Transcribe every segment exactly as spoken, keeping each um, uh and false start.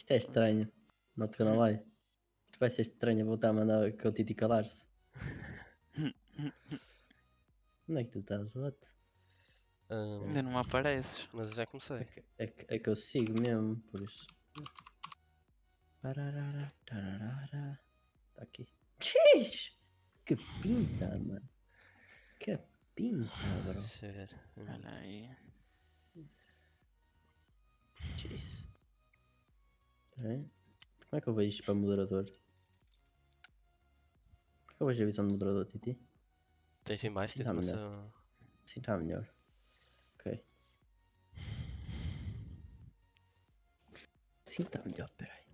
Isto é estranho. Não te na live. Isto vai ser estranho voltar a mandar com o Titi calar-se. Onde é que tu estás? What? Um, Ainda não me apareces. mas eu já comecei. É que, é, que, é que eu sigo mesmo, por isso. Pararara, tararara. Tá aqui. Tchiii! Que pinta, mano. Que pinta, bro. Deixa eu ver. Hum, Olha aí. Jeez. É? Como é que eu vejo isto para moderador? Como é que eu vejo a visão do moderador, Titi? Tens em baixo, Sim, tens tá uma melhor. só- Sim, está melhor. Ok. Sim, está melhor, peraí.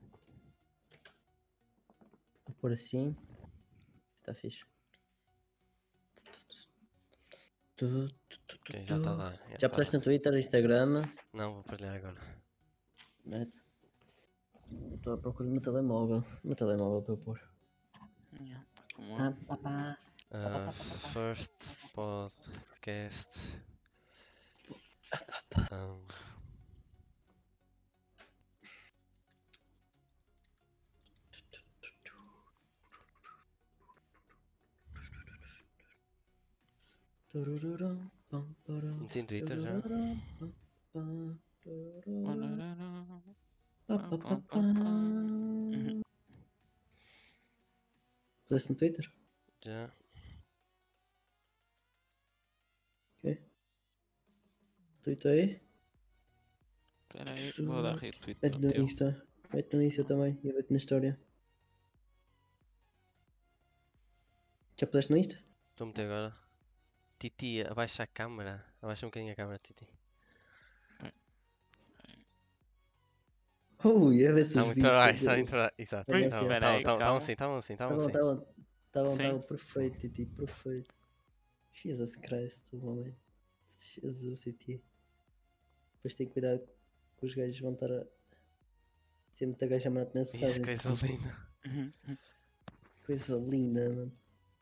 Vou pôr assim. Está fixe. Tu, tu, tu, tu, Ok, já está a tu. dar. Já tá a puseste dar. no Twitter, Instagram? Não, vou partilhar agora. Mete. Estou à procura do meu telemóvel. O meu telemóvel para eu pôr. Yeah, como Tá, eu. papá. Uh, first podcast. Um, Turururum, pam, param, meti no Twitter já. turururum, pam, pam, turururum, pa, pa, Pam, pa, pam, pá. pam, pam. Puseste no Twitter? Já. Ok. Twitter aí? Espera aí, vou dar retweet Mete no no teu. Insta. Mete no Insta também. E eu mete na história. Já puseste no Insta? Estou a meter agora. Titi, abaixa a câmera. Abaixa um bocadinho a câmera, Titi. Ui, a ver se Está os muito vídeos. alright, está muito alright. Exato. Tá bom, Estavam Espera aí, calma. assim, estavam assim, Tá estavam bom, assim. tá bom. Tá bom, tá Sim. bom. Perfeito, Titi. Perfeito. Jesus Christ, homem. Jesus, Titi. Depois tem cuidado que os gajos vão estar a. Tem muita gaja a mandar Isso, mensagem. coisa Titi. linda. Uhum. Coisa linda, mano.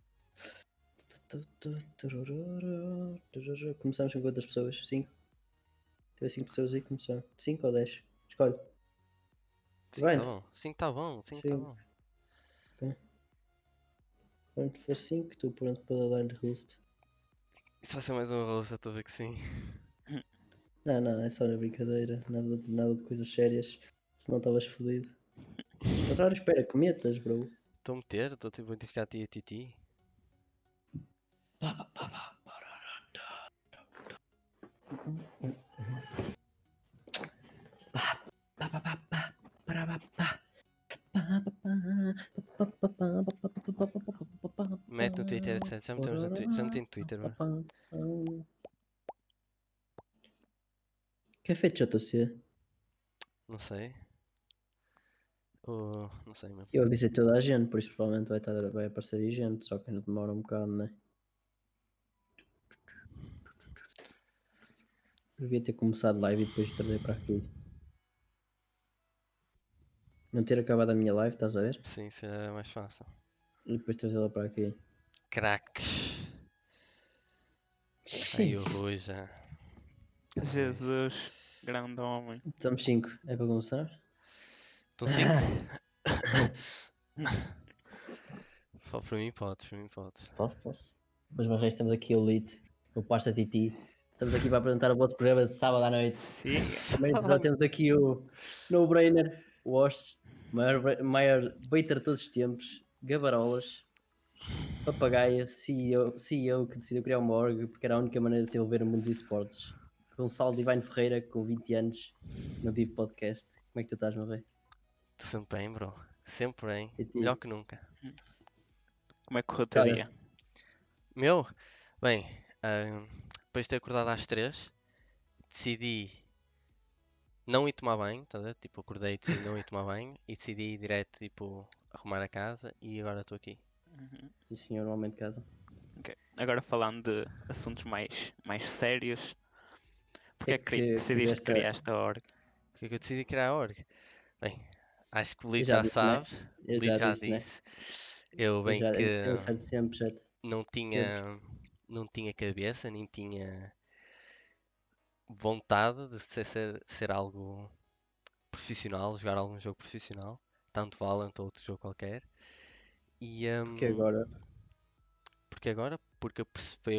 Começamos com quantas pessoas? cinco? Teve cinco pessoas aí, começaram. cinco ou dez? Escolhe. Sim, Vai. tá bom. Sim, tá bom. Sim, tá Sim. bom. Quando for cinco, estou pronto para dar-lhe roast. Isso vai ser mais uma roça, estou a ver que sim. Não, não, é só na brincadeira. Nada, de- nada de coisas sérias. Senão estavas fodido. Agora espera que metas, bro. Estou a meter, estou tipo a identificar a ti e a Titi. Mete no Twitter, etcétera. Já metemos no Twitter. Já meti no Twitter, bro. Que é feito J C? Não sei. Ou. Não sei mesmo. Eu avisei toda a gente, por isso provavelmente vai, estar, vai aparecer aí gente, só que ainda demora um bocado, né? Eu devia ter começado live e depois trazer para aqui. Não ter acabado a minha live, estás a ver? Sim, isso era mais fácil. E depois trazê-la para aqui. Craques. Aí o Rui já. Jesus, grande homem. Estamos cinco. É para começar? Estão cinco? Fala para mim, podes, para mim podes. Posso, posso. Depois mais resto temos aqui o Lito, o Pasta Titi. Estamos aqui para apresentar o vosso programa de sábado à noite. Sim. Também já temos aqui o No Brainer, o host, o maior, bra- maior baiter de todos os tempos, Gabarolas, Papagaia, C E O, C E O que decidiu criar uma org porque era a única maneira de se envolver no mundo dos esportes. Gonçalo Divine Ferreira, com vinte anos, no Vivo Podcast. Como é que tu estás, meu rei? Estou sempre bem, bro. Sempre bem. E ti? Melhor que nunca. Como é que correu o teu Olha. dia? Meu? Bem, ah, depois de ter acordado às três, decidi não ir tomar banho, tá a ver? Tipo, acordei e decidi não ir tomar banho e decidi ir direto, tipo, arrumar a casa e agora estou aqui. Uhum. Sim, senhor, um homem de casa. Ok. Agora falando de assuntos mais, mais sérios, porque é que, que decidiste fizeste a- criar esta org? Por que é que eu decidi criar a org? Bem, acho que o Eu Lito já já disse, né? sabe, o Eu Lito já já disse, né? disse. Eu Eu bem já que eu acerto sempre, certo? não tinha, não tinha cabeça, nem tinha vontade de ser, ser, ser algo profissional, jogar algum jogo profissional, tanto Valorant ou outro jogo qualquer. E Porque hum, agora porque agora? Porque eu percebi,